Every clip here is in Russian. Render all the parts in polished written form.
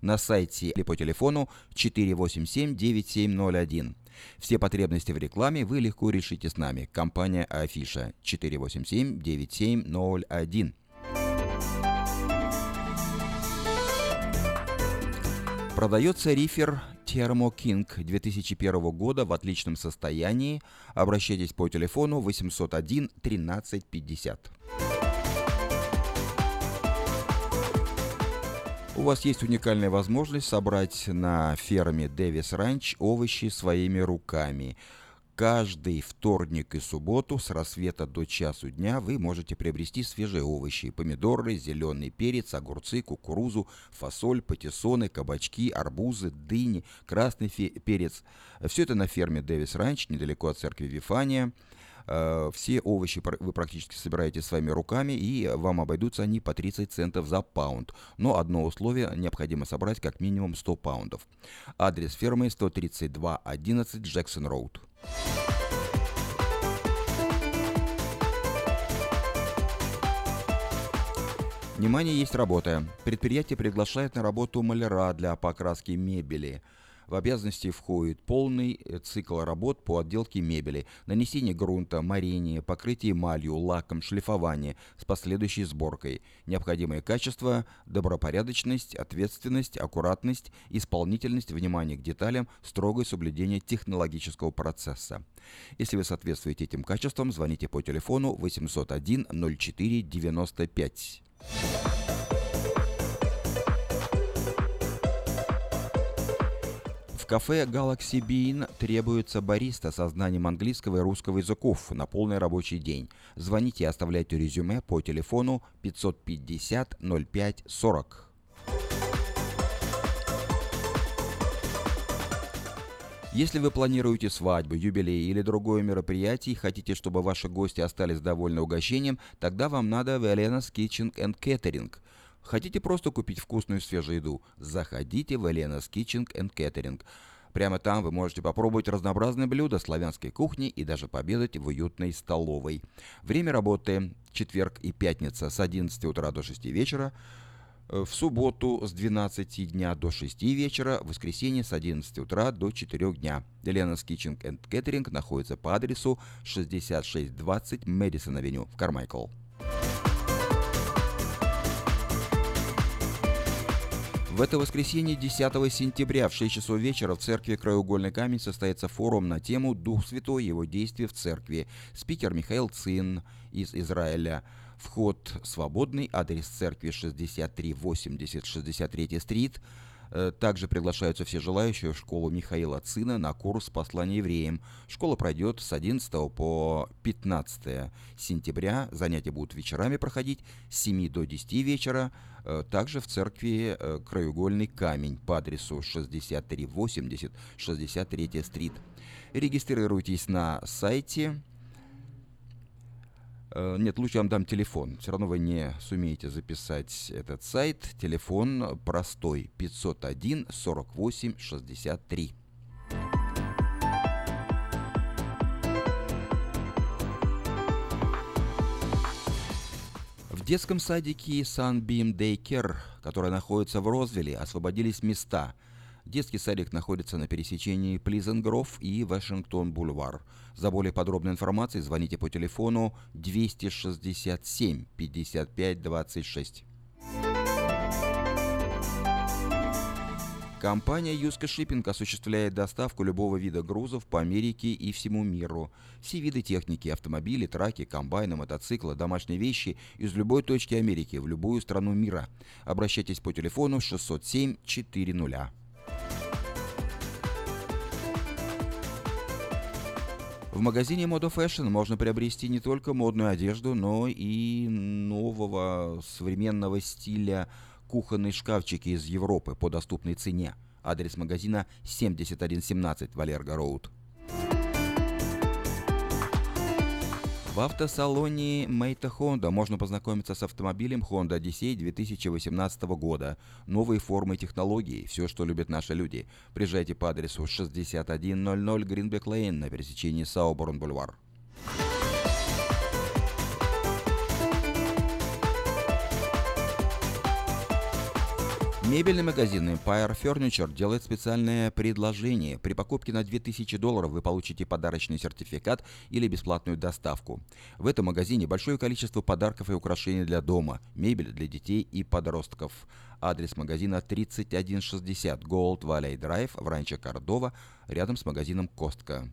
на сайте или по телефону 487-9701. Все потребности в рекламе вы легко решите с нами. Компания Афиша 487-9701. Продается рифер Thermo King 2001 года в отличном состоянии. Обращайтесь по телефону 801 13 50. У вас есть уникальная возможность собрать на ферме Дэвис Ранч овощи своими руками. Каждый вторник и субботу с рассвета до часу дня вы можете приобрести свежие овощи: помидоры, зеленый перец, огурцы, кукурузу, фасоль, патиссоны, кабачки, арбузы, дыни, красный перец. Все это на ферме Дэвис Ранч, недалеко от церкви Вифания. Все овощи вы практически собираете своими руками, и вам обойдутся они по 30 центов за паунд. Но одно условие: необходимо собрать как минимум 100 паундов. Адрес фермы 13211 Джексон Роуд. Внимание, есть работа. Предприятие приглашает на работу маляра для покраски мебели. В обязанности входит полный цикл работ по отделке мебели: нанесение грунта, морение, покрытие эмалью, лаком, шлифование с последующей сборкой. Необходимые качества: добропорядочность, ответственность, аккуратность, исполнительность, внимание к деталям, строгое соблюдение технологического процесса. Если вы соответствуете этим качествам, звоните по телефону 801 04 95. В кафе Galaxy Bean требуется бариста со знанием английского и русского языков на полный рабочий день. Звоните и оставляйте резюме по телефону 550 05 40. Если вы планируете свадьбу, юбилей или другое мероприятие и хотите, чтобы ваши гости остались довольны угощением, тогда вам надо в Elena's Kitchen and Catering. Хотите просто купить вкусную свежую еду? Заходите в Elena's Kitchen and Catering. Прямо там вы можете попробовать разнообразные блюда славянской кухни и даже пообедать в уютной столовой. Время работы: четверг и пятница с 11 утра до 6 вечера, в субботу с 12 дня до 6 вечера, в воскресенье с 11 утра до 4 дня. Elena's Kitchen and Catering находится по адресу 6620 Мэдисон-авеню в Кармайкл. В это воскресенье, 10 сентября в 6 часов вечера в церкви «Краеугольный камень» состоится форум на тему «Дух Святой и его действия в церкви». Спикер Михаил Цин из Израиля. Вход свободный. Адрес церкви 6380 63 стрит. Также приглашаются все желающие в школу Михаила Цина на курс послания евреям. Школа пройдет с 11 по 15 сентября. Занятия будут вечерами проходить с 7 до 10 вечера. Также в церкви «Краеугольный камень» по адресу 6380 63 стрит. Регистрируйтесь на сайте. Нет, лучше я вам дам телефон. Все равно вы не сумеете записать этот сайт. Телефон простой: 501 48 63. В детском садике Sunbeam Daycare, который находится в Розвилле, освободились места. Детский садик находится на пересечении Pleasant Grove и Вашингтон-Бульвар. За более подробной информацией звоните по телефону 267 55 26. Компания Юска Шиппинг осуществляет доставку любого вида грузов по Америке и всему миру. Все виды техники: автомобили, траки, комбайны, мотоциклы, домашние вещи из любой точки Америки в любую страну мира. Обращайтесь по телефону 607 400. В магазине Moda Fashion можно приобрести не только модную одежду, но и нового современного стиля кухонные шкафчики из Европы по доступной цене. Адрес магазина 7117 Валерго Роуд. В автосалоне Мэйта Honda можно познакомиться с автомобилем Honda Odyssey 2018 года. Новые формы и технологии, все, что любят наши люди. Приезжайте по адресу 6100 Гринбек Лейн на пересечении Сауборн-Бульвар. Мебельный магазин Empire Furniture делает специальное предложение. При покупке на $2000 вы получите подарочный сертификат или бесплатную доставку. В этом магазине большое количество подарков и украшений для дома, мебель для детей и подростков. Адрес магазина 3160 Gold Valley Drive в Ранчо Кордова, рядом с магазином Костка.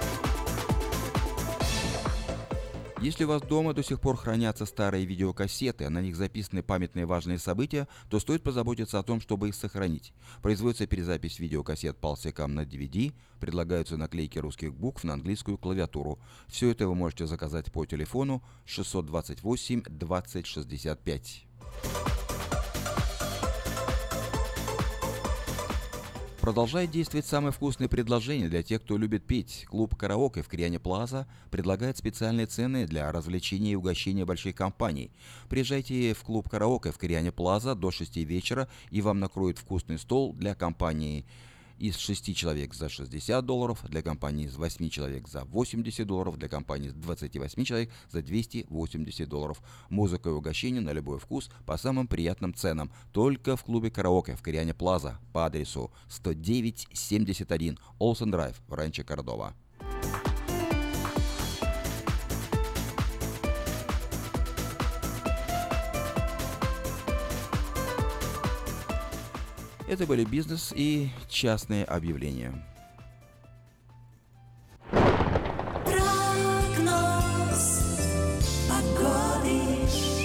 Если у вас дома до сих пор хранятся старые видеокассеты, а на них записаны памятные важные события, то стоит позаботиться о том, чтобы их сохранить. Производится перезапись видеокассет Pulsecam на DVD, предлагаются наклейки русских букв на английскую клавиатуру. Все это вы можете заказать по телефону 628 20 65. Продолжает действовать самое вкусное предложение для тех, кто любит петь. Клуб «Караоке» в Кориане Плаза предлагает специальные цены для развлечения и угощения больших компаний. Приезжайте в клуб «Караоке» в Кориане Плаза до 6 вечера, и вам накроют вкусный стол для компании из 6 человек за $60, для компании из 8 человек за $80, для компании из 28 человек за $280. Музыка и угощение на любой вкус по самым приятным ценам. Только в клубе «Караоке» в Кориане Плаза по адресу 10971 Олсен Драйв в Ранчо Кордова. Это были бизнес и частные объявления. Прогноз погоды.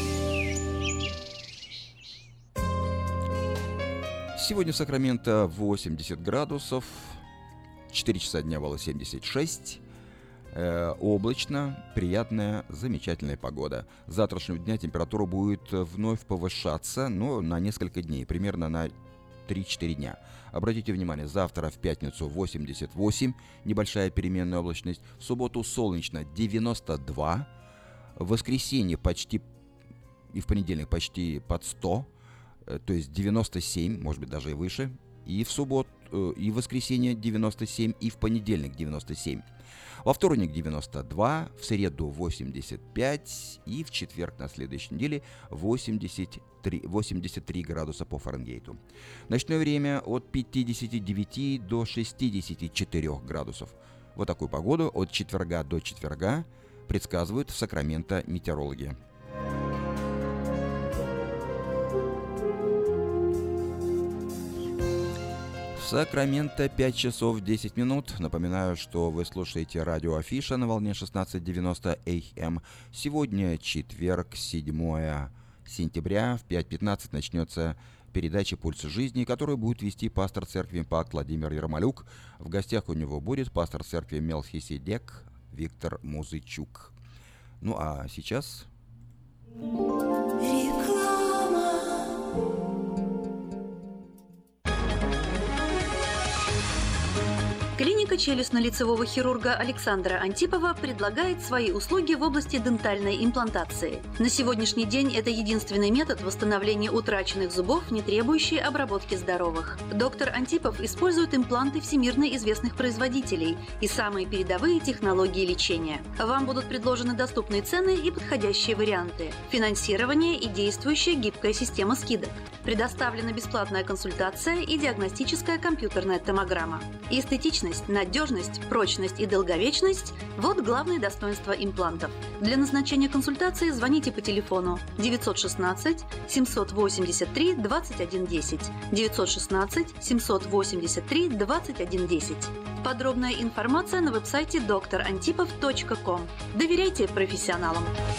Сегодня в Сакраменто 80 градусов, 4 часа дня было 76. Облачно, приятная, замечательная погода. С завтрашнего дня температура будет вновь повышаться, но на несколько дней, примерно на 3-4 дня. Обратите внимание, завтра в пятницу 88, небольшая переменная облачность. В субботу солнечно 92, в воскресенье почти и в понедельник почти под 100, то есть 97, может быть даже и выше. И в субботу, и в воскресенье 97, и в понедельник 97. Во вторник 92, в среду 85 и в четверг на следующей неделе 83 градуса по Фаренгейту. Ночное время от 59 до 64 градусов. Вот такую погоду от четверга до четверга предсказывают в Сакраменто метеорологи. В Сакраменто 5 часов 10 минут. Напоминаю, что вы слушаете радио Афиша на волне 1690 АМ. Сегодня четверг, 7 сентября, в 5:15 начнется передача «Пульс жизни», которую будет вести пастор церкви «Импакт» Владимир Ермолюк. В гостях у него будет пастор церкви Мелхиседек Виктор Музычук. Ну а сейчас... Клиника челюстно-лицевого хирурга Александра Антипова предлагает свои услуги в области дентальной имплантации. На сегодняшний день это единственный метод восстановления утраченных зубов, не требующий обработки здоровых. Доктор Антипов использует импланты всемирно известных производителей и самые передовые технологии лечения. Вам будут предложены доступные цены и подходящие варианты. Финансирование и действующая гибкая система скидок. Предоставлена бесплатная консультация и диагностическая компьютерная томограмма. Эстетичность, надежность, прочность и долговечность – вот главные достоинства имплантов. Для назначения консультации звоните по телефону 916 783 2110, 916 783 2110. Подробная информация на веб-сайте drantipov.com. Доверяйте профессионалам.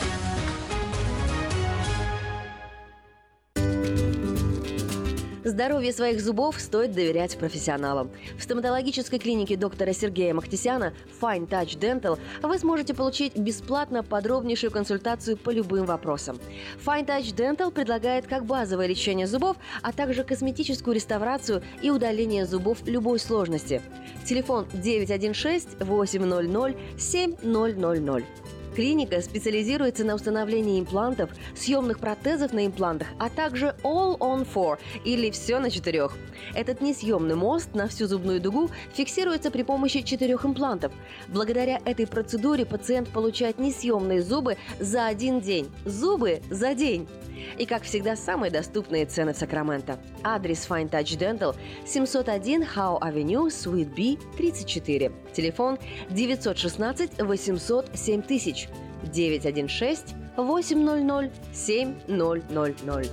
Здоровье своих зубов стоит доверять профессионалам. В стоматологической клинике доктора Сергея Махтисяна Fine Touch Dental вы сможете получить бесплатно подробнейшую консультацию по любым вопросам. Fine Touch Dental предлагает как базовое лечение зубов, а также косметическую реставрацию и удаление зубов любой сложности. Телефон 916 800 7000. Клиника специализируется на установлении имплантов, съемных протезов на имплантах, а также All on Four или все на 4. Этот несъемный мост на всю зубную дугу фиксируется при помощи 4 имплантов. Благодаря этой процедуре пациент получает несъемные зубы за 1 день. Зубы за день! И, как всегда, самые доступные цены в Сакраменто. Адрес Fine Touch Dental, 701 Howe Avenue, Suite B, 34. Телефон 916 800 7000 916 800 7000.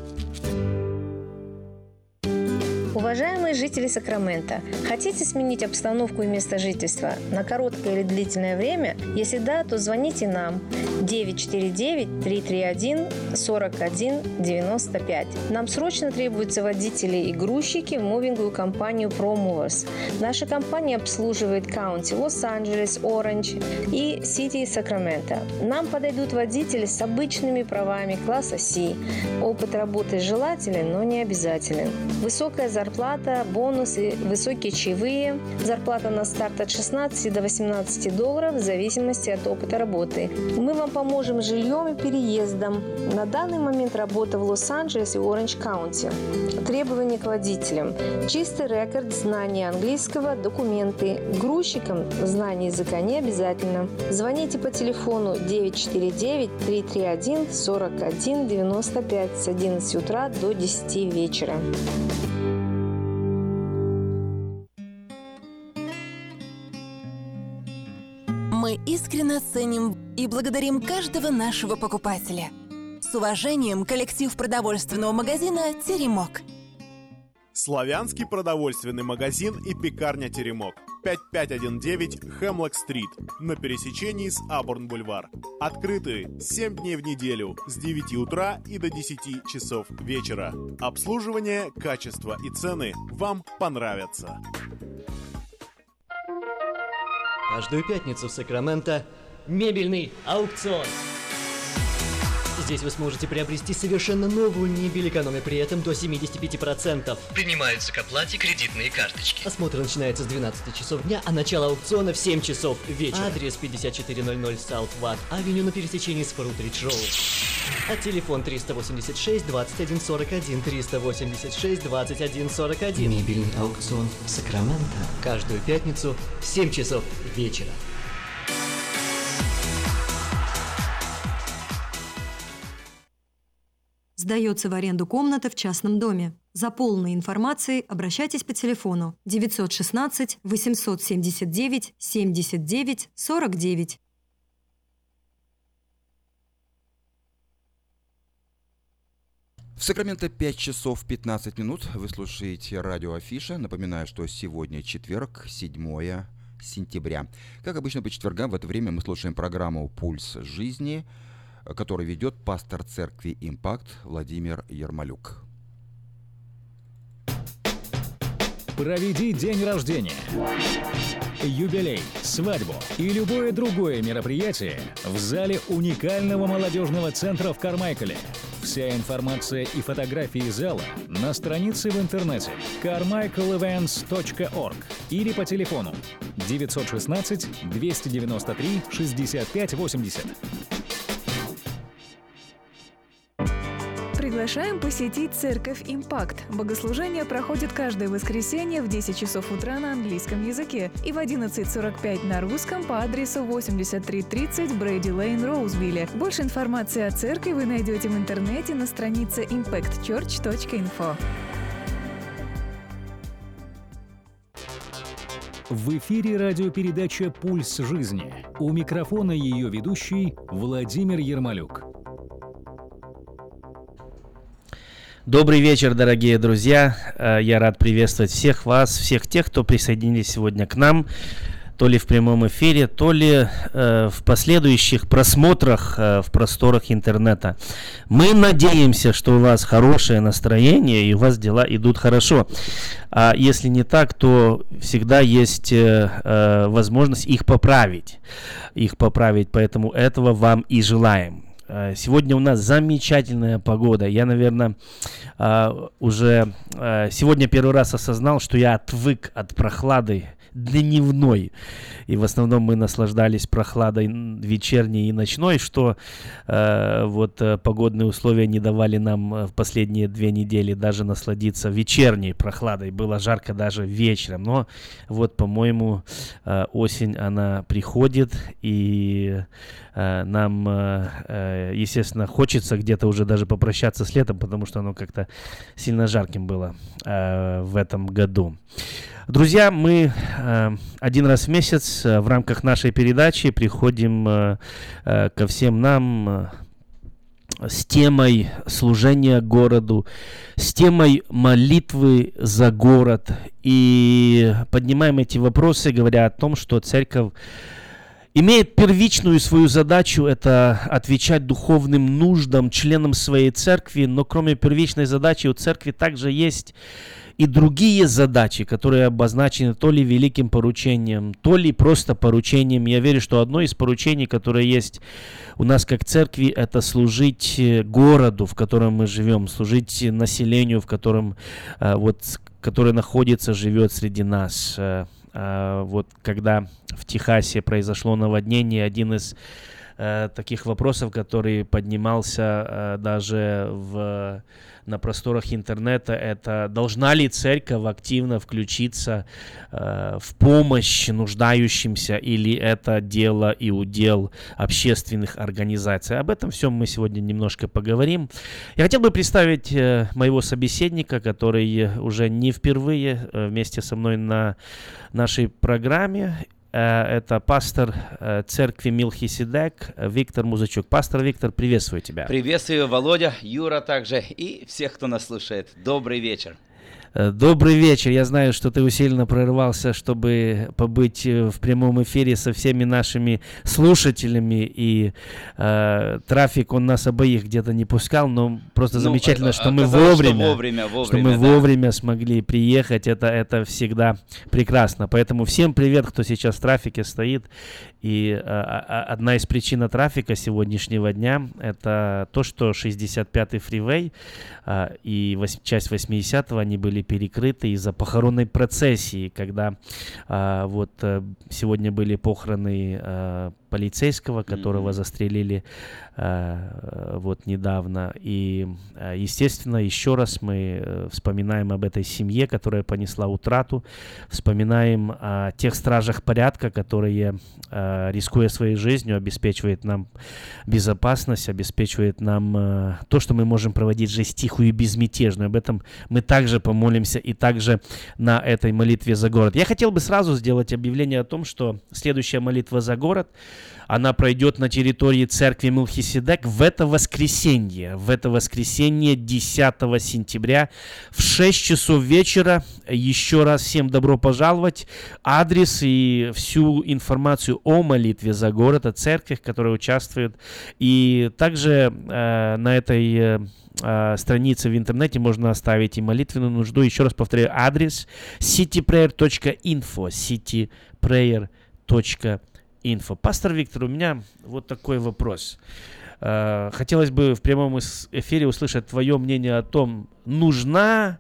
Уважаемые жители Сакрамента, хотите сменить обстановку и место жительства на короткое или длительное время? Если да, то звоните нам 949-331-4195. Нам срочно требуются водители и грузчики в мувинговую компанию ProMovers. Наша компания обслуживает каунти Лос-Анджелес, Оранж и Сити Сакраменто. Нам подойдут водители с обычными правами класса C. Опыт работы желателен, но не обязателен. Высокая зарплата, бонусы, высокие чаевые. Зарплата на старт от $16 до $18 в зависимости от опыта работы. Мы вам поможем с жильем и переездом. На данный момент работа в Лос-Анджелес и Оранж-Каунти. Требования к водителям. Чистый рекорд, знание английского, документы. Грузчикам знание языка не обязательно. Звоните по телефону 949-331-4195 с 11 утра до 10 вечера. Мы искренне ценим и благодарим каждого нашего покупателя. С уважением, коллектив продовольственного магазина «Теремок». Славянский продовольственный магазин и пекарня «Теремок». 5519 Хемлок-стрит на пересечении с Абурн-бульвар. Открыты 7 дней в неделю с 9 утра и до 10 часов вечера. Обслуживание, качество и цены вам понравятся. Каждую пятницу в Сакраменто мебельный аукцион. Здесь вы сможете приобрести совершенно новую мебель, экономя при этом до 75%. Принимаются к оплате кредитные карточки. Осмотр начинается с 12 часов дня, а начало аукциона в 7 часов вечера. Адрес 5400 South Watt Avenue на пересечении с Фрутридж Роуд. А телефон 386-2141, 386-2141. Мебельный аукцион Сакраменто. Каждую пятницу в 7 часов вечера. Сдается в аренду комната в частном доме. За полной информацией обращайтесь по телефону 916 879 79 49. В Сакраменто 5 часов 15 минут. Вы слушаете радио Афиша. Напоминаю, что сегодня четверг, 7 сентября. Как обычно по четвергам в это время мы слушаем программу «Пульс жизни», который ведет пастор церкви «Импакт» Владимир Ермолюк. Проведи день рождения, юбилей, свадьбу и любое другое мероприятие в зале уникального молодежного центра в Кармайкле. Вся информация и фотографии зала на странице в интернете carmichaelevents.org или по телефону 916 293 65 80. Приглашаем посетить церковь «Импакт». Богослужение проходит каждое воскресенье в 10 часов утра на английском языке и в 11:45 на русском по адресу 8330 Брейди Лейн, Роузвилле. Больше информации о церкви вы найдете в интернете на странице impactchurch.info. В эфире радиопередача «Пульс жизни». У микрофона ее ведущий Владимир Ермолюк. Добрый вечер, дорогие друзья. Я рад приветствовать всех вас, всех тех, кто присоединились сегодня к нам, то ли в прямом эфире, то ли в последующих просмотрах в просторах интернета. Мы надеемся, что у вас хорошее настроение и у вас дела идут хорошо. А если не так, то всегда есть возможность их поправить. Поэтому этого вам и желаем. Сегодня у нас замечательная погода. Я, наверное, уже сегодня первый раз осознал, что я отвык от прохлады дневной. И в основном мы наслаждались прохладой вечерней и ночной, что погодные условия не давали нам в последние 2 недели даже насладиться вечерней прохладой. Было жарко даже вечером. Но вот, по-моему, осень, она приходит, и нам, естественно, хочется где-то уже даже попрощаться с летом, потому что оно как-то сильно жарким было в этом году. Друзья, мы один раз в месяц в рамках нашей передачи приходим ко всем нам с темой служения городу, с темой молитвы за город. И поднимаем эти вопросы, говоря о том, что церковь имеет первичную свою задачу — это отвечать духовным нуждам членам своей церкви, но кроме первичной задачи у церкви также есть и другие задачи, которые обозначены то ли великим поручением, то ли просто поручением. Я верю, что одно из поручений, которое есть у нас как церкви, это служить городу, в котором мы живем, служить населению, в котором, которое находится, живет среди нас. Когда в Техасе произошло наводнение, один из таких вопросов, который поднимался даже на просторах интернета, это должна ли церковь активно включиться в помощь нуждающимся, или это дело и удел общественных организаций. Об этом всем мы сегодня немножко поговорим. Я хотел бы представить моего собеседника, который уже не впервые вместе со мной на нашей программе. Это пастор церкви Мелхиседек Виктор Музычук. Пастор Виктор, приветствую тебя. Приветствую, Володя, Юра также и всех, кто нас слушает. Добрый вечер. Добрый вечер. Я знаю, что ты усиленно прорывался, чтобы побыть в прямом эфире со всеми нашими слушателями, и трафик он нас обоих где-то не пускал, но просто замечательно, что мы вовремя смогли приехать. Это всегда прекрасно. Поэтому всем привет, кто сейчас в трафике стоит. И одна из причин трафика сегодняшнего дня — это то, что 65-й фривей и часть 80-го они были перекрыты из-за похоронной процессии, когда сегодня были похороны полицейского, которого застрелили недавно. И, естественно, еще раз мы вспоминаем об этой семье, которая понесла утрату, вспоминаем о тех стражах порядка, которые, рискуя своей жизнью, обеспечивают нам безопасность, обеспечивают нам то, что мы можем проводить жизнь тихую и безмятежную. Об этом мы также помолимся, и также на этой молитве за город. Я хотел бы сразу сделать объявление о том, что следующая молитва за город, она пройдет на территории церкви Мелхиседек в это воскресенье 10 сентября в 6 часов вечера. Еще раз всем добро пожаловать. Адрес и всю информацию о молитве за город, о церквях, которые участвуют. И также на этой странице в интернете можно оставить и молитвенную нужду. Еще раз повторяю, адрес cityprayer.info, cityprayer.info. Пастор Виктор, у меня вот такой вопрос. Хотелось бы в прямом эфире услышать твое мнение о том, нужна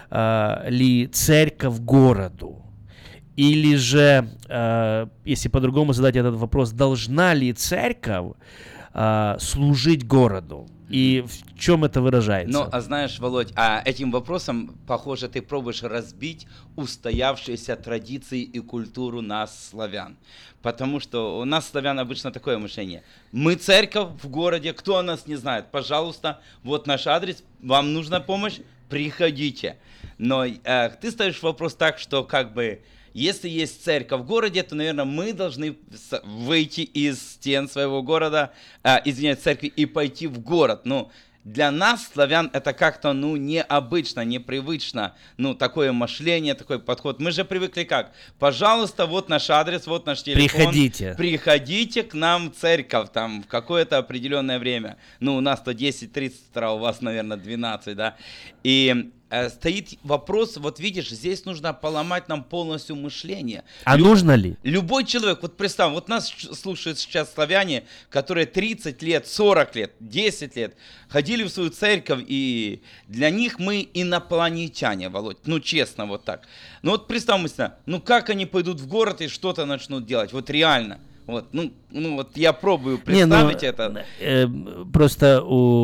ли церковь городу? Или же, если по-другому задать этот вопрос, должна ли церковь служить городу? И в чем это выражается? Знаешь, Володь, этим вопросом, похоже, ты пробуешь разбить устоявшиеся традиции и культуру нас, славян. Потому что у нас, славян, обычно такое мышление. Мы церковь в городе, кто нас не знает? Пожалуйста, вот наш адрес, вам нужна помощь, приходите. Но ты ставишь вопрос так, что если есть церковь в городе, то, наверное, мы должны выйти из стен своего города, церкви, и пойти в город. Для нас, славян, это как-то, необычно, непривычно, такое мышление, такой подход. Мы же привыкли как? Пожалуйста, вот наш адрес, вот наш телефон. Приходите к нам в церковь, в какое-то определенное время. У нас-то 10:30 утра, у вас, наверное, 12, да? И стоит вопрос, вот видишь, здесь нужно поломать нам полностью мышление. А нужно ли? Любой человек, вот представь, вот нас слушают сейчас славяне, которые 30 лет, 40 лет, 10 лет ходили в свою церковь, и для них мы инопланетяне, Володь, ну честно, вот так. Ну вот представь мысленно, ну как они пойдут в город и что-то начнут делать, вот реально. Вот, ну вот я пробую представить это. Просто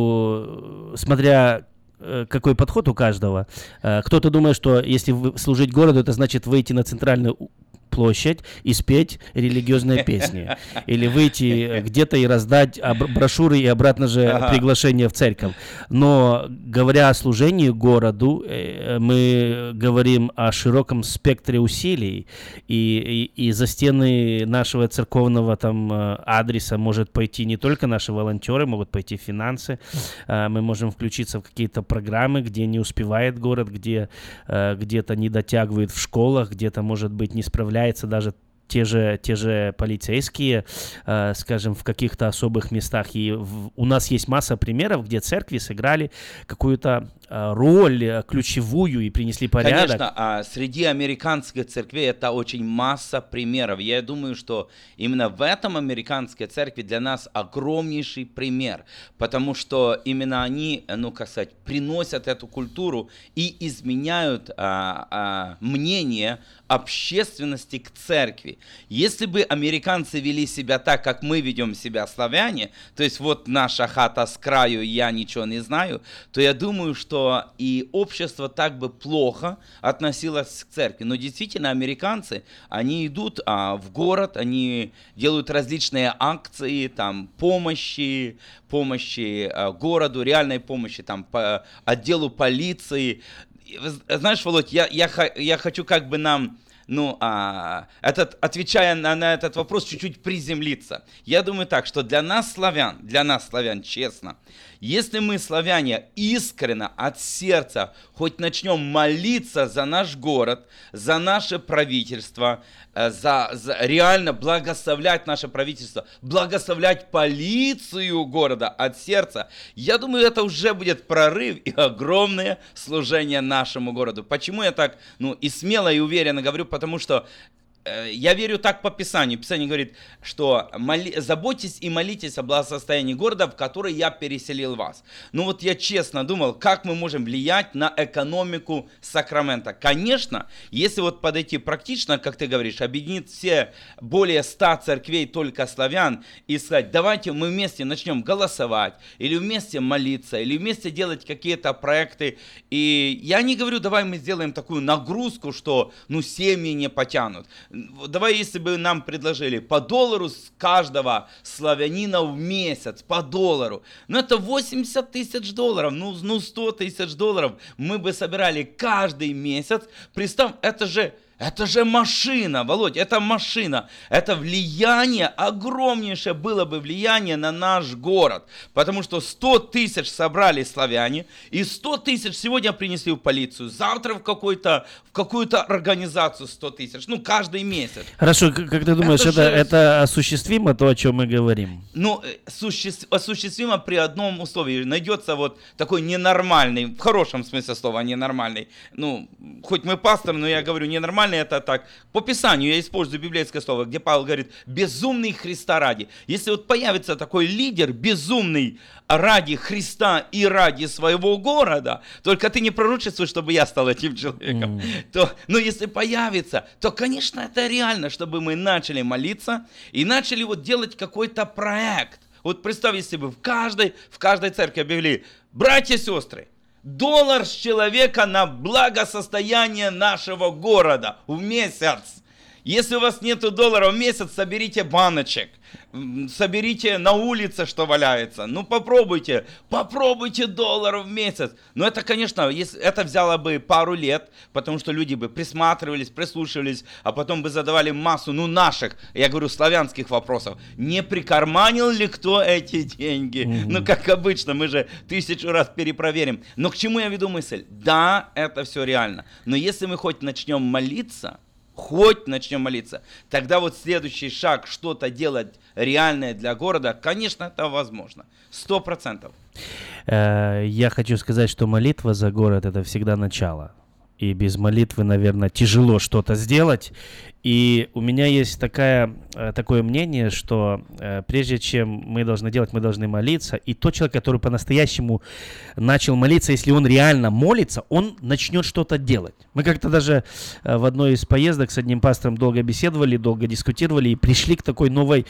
смотря какой подход у каждого. Кто-то думает, что если служить городу, это значит выйти на центральную площадь и спеть религиозные песни. Или выйти где-то и раздать брошюры и обратно же приглашение в церковь. Но говоря о служении городу, мы говорим о широком спектре усилий. И за стены нашего церковного там адреса может пойти не только наши волонтеры, могут пойти финансы. Мы можем включиться в какие-то программы, где не успевает город, где где-то не дотягивает в школах, где-то, может быть, не справляется даже те же полицейские, скажем, в каких-то особых местах. И у нас есть масса примеров, где церкви сыграли какую-то роль ключевую и принесли порядок. Конечно, среди американских церквей это очень масса примеров. Я думаю, что именно в этом американской церкви для нас огромнейший пример, потому что именно они, ну, как сказать, приносят эту культуру и изменяют мнение общественности к церкви. Если бы американцы вели себя так, как мы ведем себя, славяне, то есть вот наша хата с краю, я ничего не знаю, то я думаю, что и общество так бы плохо относилось к церкви. Но действительно, американцы, они идут в город, они делают различные акции, там, помощи городу, реальной помощи, там, по отделу полиции. Знаешь, Володь, я хочу как бы нам, отвечая на этот вопрос, чуть-чуть приземлиться. Я думаю так, что для нас, славян, честно, если мы, славяне, искренне от сердца хоть начнем молиться за наш город, за наше правительство, за реально благословлять наше правительство, благословлять полицию города от сердца, я думаю, это уже будет прорыв и огромное служение нашему городу. Почему я так, и смело и уверенно говорю? Потому что я верю так по Писанию. Писание говорит, что заботьтесь и молитесь о благосостоянии города, в который я переселил вас. Вот я честно думал, как мы можем влиять на экономику Сакрамента. Конечно, если вот подойти практично, как ты говоришь, объединить все более 100 церквей только славян и сказать, давайте мы вместе начнем голосовать, или вместе молиться, или вместе делать какие-то проекты. И я не говорю, давай мы сделаем такую нагрузку, что семьи не потянут. Давай, если бы нам предложили по $1 с каждого славянина в месяц, по $1. Это $80 тысяч, 100 тысяч $, мы бы собирали каждый месяц. Представь, это же машина, Володь, это машина. Это влияние, огромнейшее было бы влияние на наш город. Потому что 100 тысяч собрали славяне, и 100 тысяч сегодня принесли в полицию, завтра в какую-то организацию 100 тысяч, каждый месяц. Хорошо, как ты думаешь, это осуществимо, то, о чем мы говорим? Осуществимо при одном условии. Найдется вот такой ненормальный, в хорошем смысле слова, ненормальный. Хоть мы пастор, но я говорю ненормальный. Это так. По Писанию я использую библейское слово, где Павел говорит, безумный Христа ради. Если вот появится такой лидер, безумный ради Христа и ради своего города, только ты не пророчествуй, чтобы я стал этим человеком, но если появится, то, конечно, это реально, чтобы мы начали молиться и начали вот делать какой-то проект. Вот представь, если бы в каждой церкви объявили, братья и сестры, $1 с человека на благосостояние нашего города в месяц. Если у вас нету $1 в месяц, соберите баночек, соберите на улице, что валяется. Попробуйте $1 в месяц. Но это, конечно, это взяло бы пару лет, потому что люди бы присматривались, прислушивались, а потом бы задавали массу, наших, я говорю, славянских вопросов. Не прикарманил ли кто эти деньги? Как обычно, мы же 1000 раз перепроверим. Но к чему я веду мысль? Да, это все реально. Но если мы хоть начнем молиться, хоть начнем молиться, тогда вот следующий шаг, что-то делать реальное для города, конечно, это возможно. 100%. Я хочу сказать, что молитва за город – это всегда начало. И без молитвы, наверное, тяжело что-то сделать. И у меня есть такое мнение, что прежде чем мы должны делать, мы должны молиться. И тот человек, который по-настоящему начал молиться, если он реально молится, он начнет что-то делать. Мы как-то даже в одной из поездок с одним пастором долго беседовали, долго дискутировали и пришли к такой новой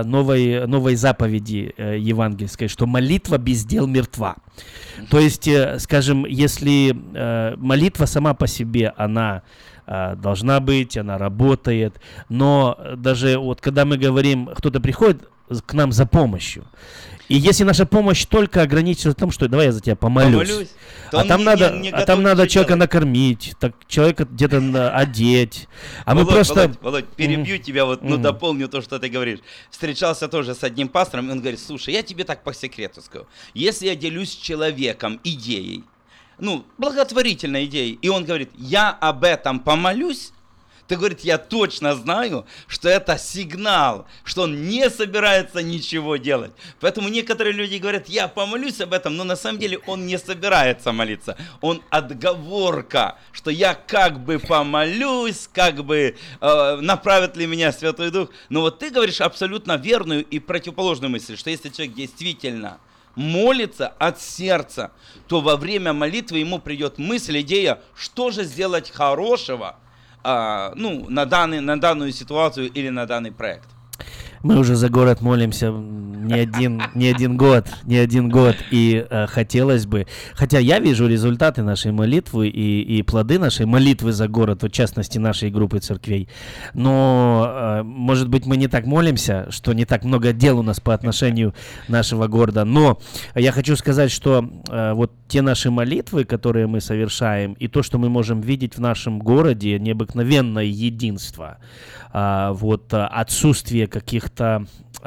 заповеди евангельской, что молитва без дел мертва. То есть, скажем, если молитва сама по себе, она должна быть, она работает, но даже вот когда мы говорим, кто-то приходит к нам за помощью, и если наша помощь только ограничивается в том, что давай я за тебя помолюсь, а там надо человека накормить, человека где-то одеть, Володь, перебью тебя, дополню то, что ты говоришь. Встречался тоже с одним пастором, и он говорит: слушай, я тебе так по секрету скажу, если я делюсь с человеком идеей, благотворительной идеей, и он говорит: я об этом помолюсь, то, говорит, я точно знаю, что это сигнал, что он не собирается ничего делать. Поэтому некоторые люди говорят: я помолюсь об этом, но на самом деле он не собирается молиться. Он отговорка, что я как бы помолюсь, направит ли меня Святой Дух. Но вот ты говоришь абсолютно верную и противоположную мысль, что если человек действительно молится от сердца, то во время молитвы ему придет мысль, идея, что же сделать хорошего на данную ситуацию или на данный проект. Мы уже за город молимся не один год, и хотелось бы, хотя я вижу результаты нашей молитвы и плоды нашей молитвы за город, в частности нашей группы церквей, но, может быть, мы не так молимся, что не так много дел у нас по отношению нашего города, но я хочу сказать, что вот те наши молитвы, которые мы совершаем, и то, что мы можем видеть в нашем городе, необыкновенное единство, отсутствие каких-то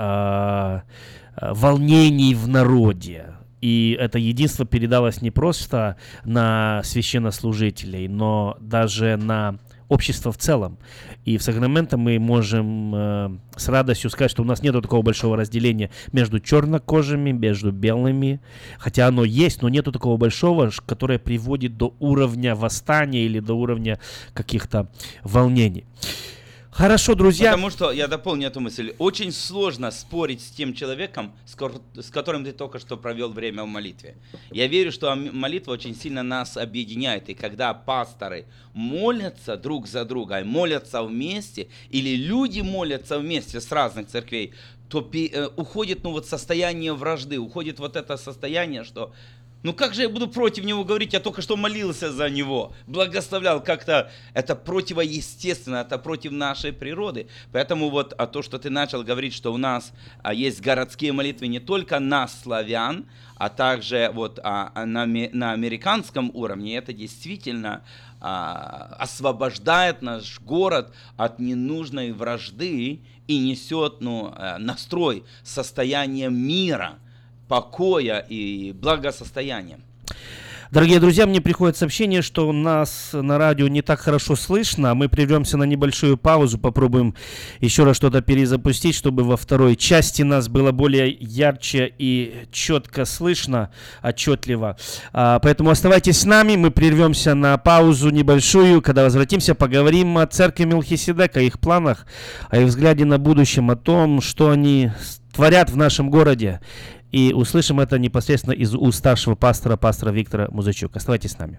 волнений в народе. И это единство передалось не просто на священнослужителей, но даже на общество в целом. И в Сакраменто мы можем с радостью сказать, что у нас нет такого большого разделения между чернокожими, между белыми, хотя оно есть, но нету такого большого, которое приводит до уровня восстания или до уровня каких-то волнений. Хорошо, друзья. Потому что, я дополню эту мысль, очень сложно спорить с тем человеком, с которым ты только что провел время в молитве. Я верю, что молитва очень сильно нас объединяет. И когда пасторы молятся друг за друга, молятся вместе, или люди молятся вместе с разных церквей, то уходит состояние вражды, уходит это состояние, что как же я буду против него говорить, я только что молился за него, благословлял, как-то это противоестественно, это против нашей природы. Поэтому то, что ты начал говорить, что у нас есть городские молитвы не только нас, славян, а также на американском уровне, это действительно освобождает наш город от ненужной вражды и несет настрой, состояние мира, покоя и благосостояния. Дорогие друзья, мне приходит сообщение, что нас на радио не так хорошо слышно. Мы прервемся на небольшую паузу, попробуем еще раз что-то перезапустить, чтобы во второй части нас было более ярче и четко слышно, отчетливо. Поэтому оставайтесь с нами, мы прервемся на паузу небольшую. Когда возвратимся, поговорим о церкви Мелхиседека, о их планах, о их взгляде на будущем, о том, что они творят в нашем городе. И услышим это непосредственно из уст старшего пастора Виктора Музычук. Оставайтесь с нами.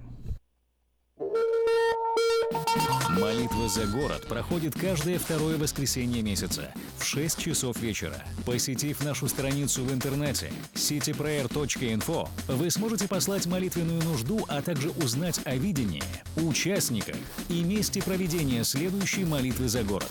Молитва за город проходит каждое второе воскресенье месяца в 6 часов вечера. Посетив нашу страницу в интернете cityprayer.info, вы сможете послать молитвенную нужду, а также узнать о видении, участниках и месте проведения следующей молитвы за город.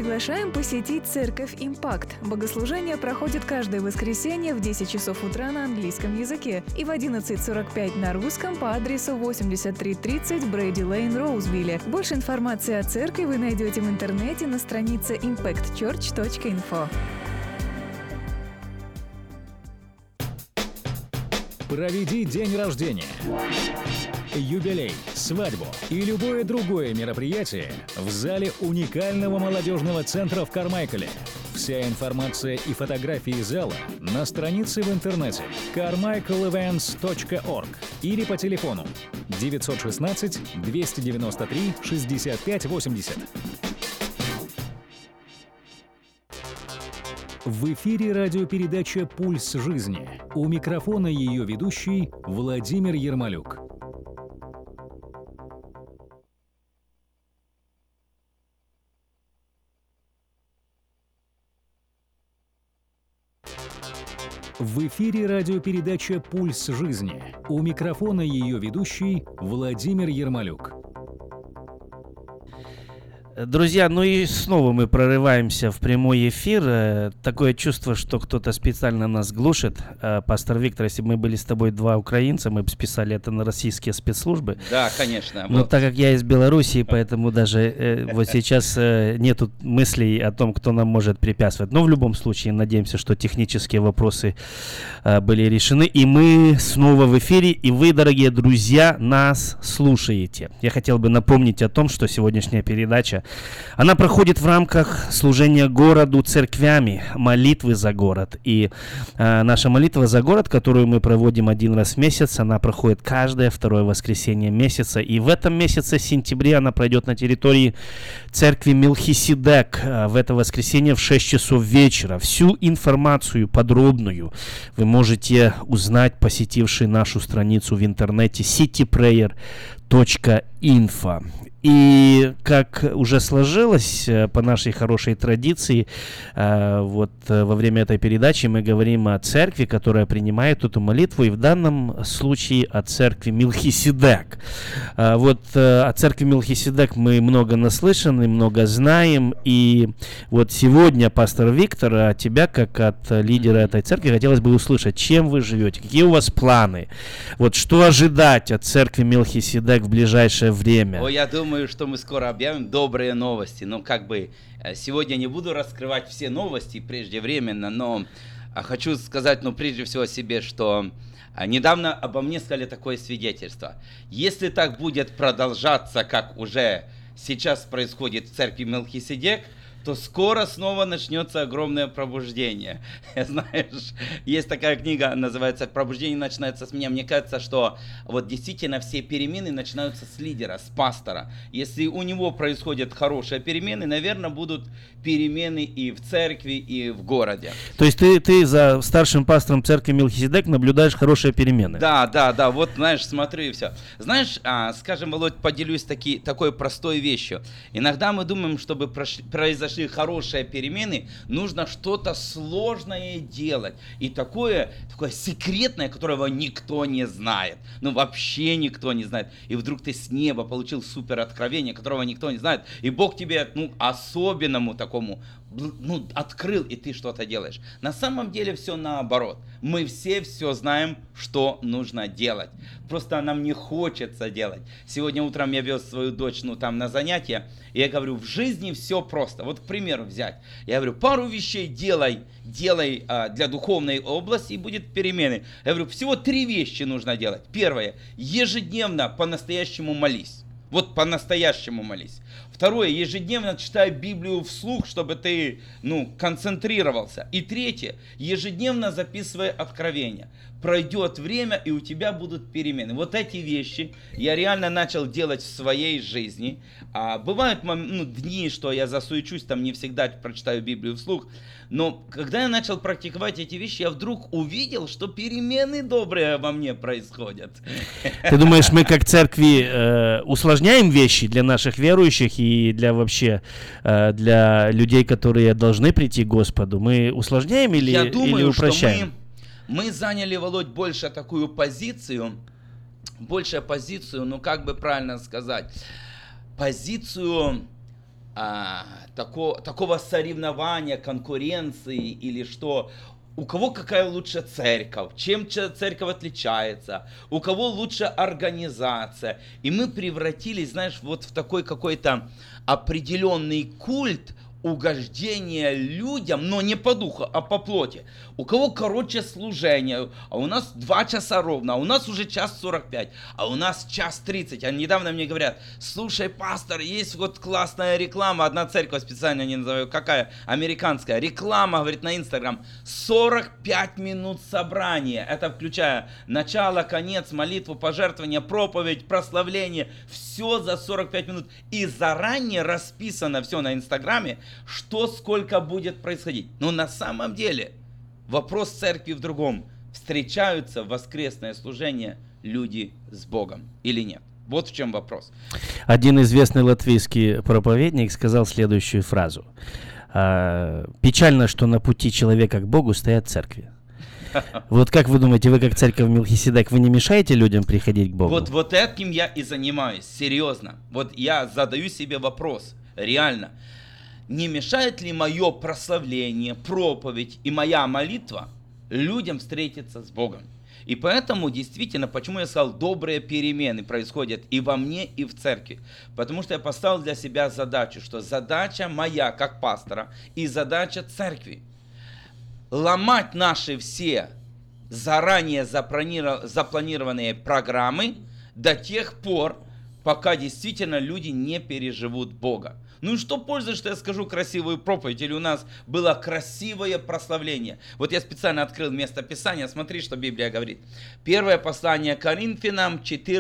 приглашаем посетить Церковь Импакт. Богослужение проходит каждое воскресенье в 10 часов утра на английском языке и в 11:45 на русском по адресу 8330 Брейди Лейн, Роузвилле. Больше информации о церкви вы найдете в интернете на странице impactchurch.info. Проведи день рождения, юбилей, свадьбу и любое другое мероприятие в зале уникального молодежного центра в Кармайкале. Вся информация и фотографии зала на странице в интернете carmichaelevents.org или по телефону 916 293 65 80. В эфире радиопередача «Пульс жизни». У микрофона ее ведущий Владимир Ермолюк. В эфире радиопередача «Пульс жизни». У микрофона ее ведущий Владимир Ермолюк. Друзья, ну и снова мы прорываемся в прямой эфир. Такое чувство, что кто-то специально нас глушит. Пастор Виктор, если бы мы были с тобой два украинца, мы бы списали это на российские спецслужбы. Да, конечно. Но так как я из Белоруссии, поэтому даже вот сейчас нету мыслей о том, кто нам может препятствовать. Но в любом случае, надеемся, что технические вопросы были решены. И мы снова в эфире, и вы, дорогие друзья, нас слушаете. Я хотел бы напомнить о том, что сегодняшняя передача она проходит в рамках служения городу церквями, молитвы за город. И наша молитва за город, которую мы проводим один раз в месяц, она проходит каждое второе воскресенье месяца. И в этом месяце, сентябре, она пройдет на территории церкви Мелхиседек в это воскресенье в 6 часов вечера. Всю информацию подробную вы можете узнать, посетивши нашу страницу в интернете cityprayer.info. И как уже сложилось по нашей хорошей традиции, вот во время этой передачи мы говорим о церкви, которая принимает эту молитву, и в данном случае о церкви Мелхиседек. Вот о церкви Мелхиседек мы много наслышаны, много знаем, и вот сегодня, пастор Виктор, от тебя, как от лидера этой церкви, хотелось бы услышать, чем вы живете, какие у вас планы, вот что ожидать от церкви Мелхиседек в ближайшее время. Я думаю, что мы скоро объявим добрые новости. Но сегодня не буду раскрывать все новости преждевременно, но хочу сказать, прежде всего о себе, что недавно обо мне сказали такое свидетельство. Если так будет продолжаться, как уже сейчас происходит в церкви Мелхиседек, то скоро снова начнется огромное пробуждение. Знаешь, есть такая книга, называется «Пробуждение начинается с меня». Мне кажется, что вот действительно все перемены начинаются с лидера, с пастора. Если у него происходят хорошие перемены, наверное, будут перемены и в церкви, и в городе. То есть ты за старшим пастором церкви Мелхиседек наблюдаешь хорошие перемены? Да, вот, знаешь, смотрю и все. Знаешь, скажем, Володь, поделюсь такой простой вещью. Иногда мы думаем, чтобы произошли хорошие перемены, нужно что-то сложное делать. И такое секретное, которого никто не знает. Вообще никто не знает. И вдруг ты с неба получил супер откровение, которого никто не знает. И Бог тебе, особенному такому, открыл, и ты что-то делаешь. На самом деле все наоборот. Мы все знаем, что нужно делать. Просто нам не хочется делать. Сегодня утром я вез свою дочь на занятия, и я говорю, в жизни все просто. Вот, к примеру, взять. Я говорю, пару вещей делай для духовной области, и будет перемены. Я говорю, всего 3 вещи нужно делать. Первое, ежедневно по-настоящему молись. Вот по-настоящему молись. Второе, ежедневно читай Библию вслух, чтобы ты, концентрировался. И третье, ежедневно записывай откровения. Пройдет время, и у тебя будут перемены. Вот эти вещи я реально начал делать в своей жизни. Бывают дни, что я засуечусь, не всегда прочитаю Библию вслух. Но когда я начал практиковать эти вещи, я вдруг увидел, что перемены добрые во мне происходят. Ты думаешь, мы как церкви усложняем вещи для наших верующих и для вообще для людей, которые должны прийти к Господу? Мы усложняем или упрощаем? Что мы заняли, Володь, больше такую позицию, как бы правильно сказать, позицию такого соревнования, конкуренции или что. У кого какая лучше церковь, чем церковь отличается, у кого лучше организация. И мы превратились, знаешь, вот в такой какой-то определенный культ угождения людям, но не по духу, а по плоти. У кого короче служение, а у нас 2 часа ровно, а у нас уже 1:45, а у нас 1:30. А недавно мне говорят: слушай, пастор, есть вот классная реклама, одна церковь специально не называю, какая, американская, реклама, говорит, на Инстаграм, 45 минут собрания, это включая начало, конец, молитву, пожертвование, проповедь, прославление, все за 45 минут. И заранее расписано все на Инстаграме, что сколько будет происходить. Но на самом деле вопрос церкви в другом. Встречаются в воскресное служение люди с Богом или нет? Вот в чем вопрос. Один известный латвийский проповедник сказал следующую фразу. Печально, что на пути человека к Богу стоят церкви. Вот как вы думаете, вы как церковь Мелхиседек, вы не мешаете людям приходить к Богу? Вот этим я и занимаюсь, серьезно. Вот я задаю себе вопрос, реально. Не мешает ли мое прославление, проповедь и моя молитва людям встретиться с Богом? И поэтому, действительно, почему я сказал, добрые перемены происходят и во мне, и в церкви. Потому что я поставил для себя задачу, что задача моя, как пастора, и задача церкви ломать наши все заранее запланированные программы до тех пор, пока действительно люди не переживут Бога. Ну и что пользы, что я скажу красивую проповедь, или у нас было красивое прославление. Вот я специально открыл место Писания, смотри, что Библия говорит. Первое послание Коринфянам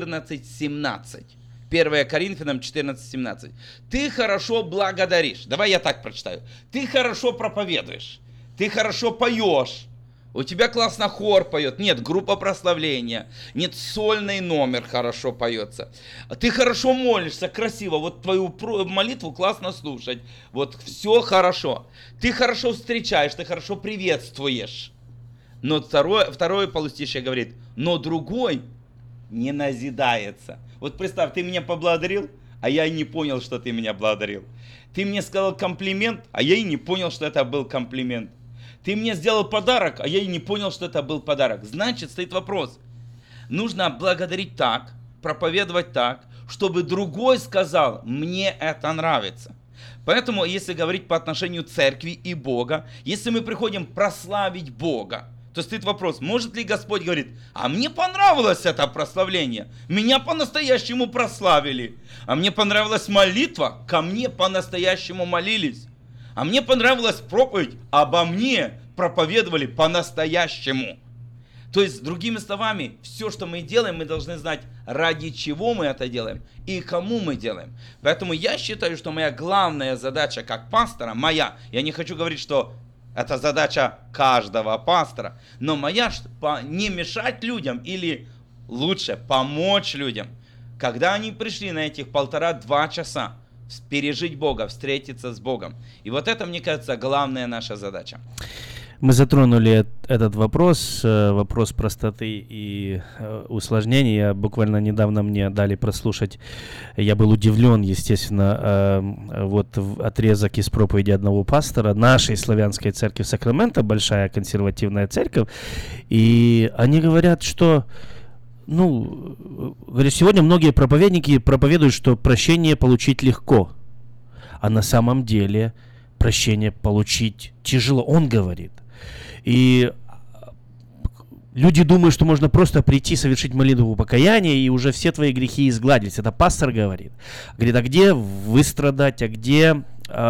14:17. 1 Коринфянам 14:17. Ты хорошо благодаришь. Давай я так прочитаю. Ты хорошо проповедуешь. Ты хорошо поешь. У тебя классно хор поет. Нет, группа прославления. Нет, сольный номер хорошо поется. Ты хорошо молишься, красиво. Вот твою молитву классно слушать. Вот все хорошо. Ты хорошо встречаешь, ты хорошо приветствуешь. Но второе полустишье говорит, но другой не назидается. Вот представь, ты меня поблагодарил, а я и не понял, что ты меня благодарил. Ты мне сказал комплимент, а я и не понял, что это был комплимент. Ты мне сделал подарок, а я и не понял, что это был подарок. Значит, стоит вопрос. Нужно благодарить так, проповедовать так, чтобы другой сказал, мне это нравится. Поэтому, если говорить по отношению церкви и Бога, если мы приходим прославить Бога, то стоит вопрос, может ли Господь говорит, а мне понравилось это прославление, меня по-настоящему прославили, а мне понравилась молитва, ко мне по-настоящему молились. А мне понравилась проповедь, обо мне проповедовали по-настоящему. То есть, другими словами, все, что мы делаем, мы должны знать, ради чего мы это делаем и кому мы делаем. Поэтому я считаю, что моя главная задача как пастора, я не хочу говорить, что это задача каждого пастора, но моя не мешать людям или лучше помочь людям, когда они пришли на этих 1,5-2 часа, пережить Бога, встретиться с Богом. И вот это, мне кажется, главная наша задача. Мы затронули этот вопрос простоты и усложнений. Буквально недавно мне дали прослушать, я был удивлен, естественно, вот отрезок из проповеди одного пастора нашей славянской церкви Сакраменто, большая консервативная церковь, и они говорят, что говорят, сегодня многие проповедники проповедуют, что прощение получить легко, а на самом деле прощение получить тяжело, он говорит. И люди думают, что можно просто прийти, совершить молитву покаяния, и уже все твои грехи изгладились. Это пастор говорит. Говорит, а где выстрадать, а где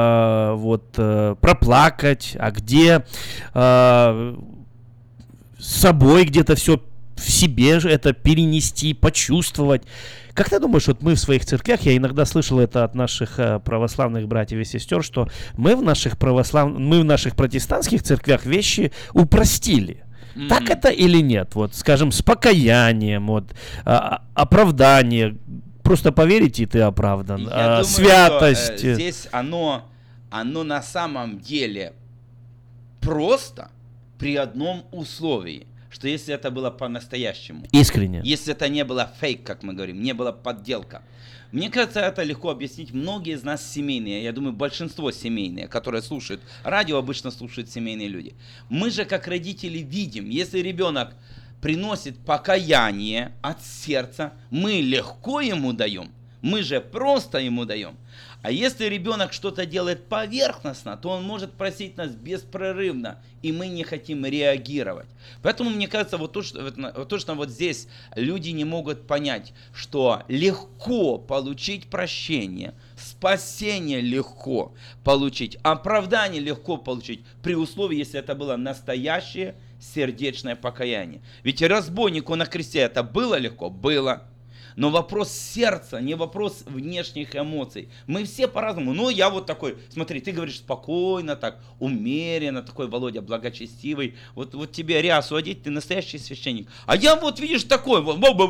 проплакать, а где с собой где-то все в себе же это перенести, почувствовать. Как ты думаешь, вот мы в своих церквях, я иногда слышал это от наших православных братьев и сестер, что мы в наших протестантских церквях вещи упростили. Так это или нет? Вот, скажем, с покаянием, оправдание. Просто поверите, и ты оправдан. Я думаю, святость. Что, здесь оно на самом деле просто при одном условии. что если это было по-настоящему. Искренне. Если это не было фейк, как мы говорим, не было подделка. Мне кажется, это легко объяснить. Многие из нас семейные, я думаю, большинство семейные, которые слушают радио, обычно слушают семейные люди. Мы же, как родители, видим, если ребенок приносит покаяние от сердца, мы легко ему даем, мы же просто ему даем. А если ребенок что-то делает поверхностно, то он может просить нас беспрерывно, и мы не хотим реагировать. Поэтому мне кажется, вот точно вот здесь люди не могут понять, что легко получить прощение, спасение легко получить, оправдание легко получить, при условии, если это было настоящее сердечное покаяние. Ведь разбойнику на кресте это было легко? Было. Но вопрос сердца, не вопрос внешних эмоций. Мы все по-разному. Ну, я вот такой, смотри, ты говоришь спокойно, так, умеренно, такой, Володя, благочестивый. Вот тебе рясу одеть, ты настоящий священник. А я вот, видишь, такой,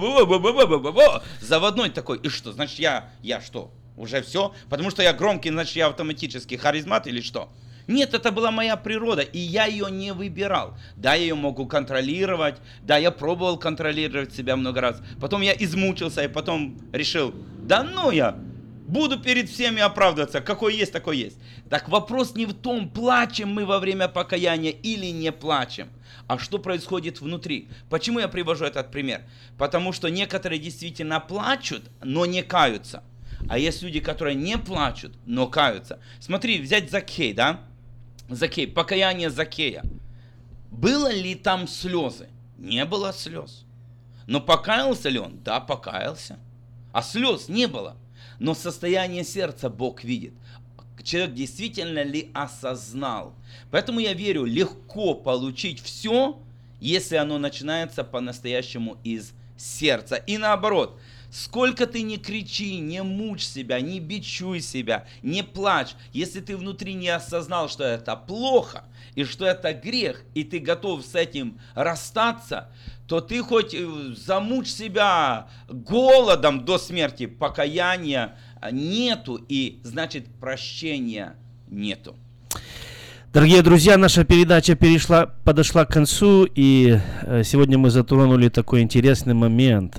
заводной такой. И что, значит, я что, уже все? Потому что я громкий, значит, я автоматически харизмат или что? Нет, это была моя природа, и я ее не выбирал. Да, я ее могу контролировать, да, я пробовал контролировать себя много раз. Потом я измучился, и потом решил, да ну я буду перед всеми оправдываться, какой есть, такой есть. Так вопрос не в том, плачем мы во время покаяния или не плачем, а что происходит внутри. Почему я привожу этот пример? Потому что некоторые действительно плачут, но не каются. А есть люди, которые не плачут, но каются. Смотри, взять Закхей, да? Закхей, покаяние Закхея. Было ли там слезы? Не было слез. Но покаялся ли он? Да, покаялся. А слез не было. Но состояние сердца Бог видит. Человек действительно ли осознал? Поэтому я верю, легко получить все, если оно начинается по-настоящему из сердца. И наоборот, сколько ты не кричи, не мучь себя, не бичуй себя, не плачь, если ты внутри не осознал, что это плохо и что это грех, и ты готов с этим расстаться, то ты хоть замучь себя голодом до смерти, покаяния нету, и значит прощения нету. Дорогие друзья, наша передача подошла к концу, и сегодня мы затронули такой интересный момент.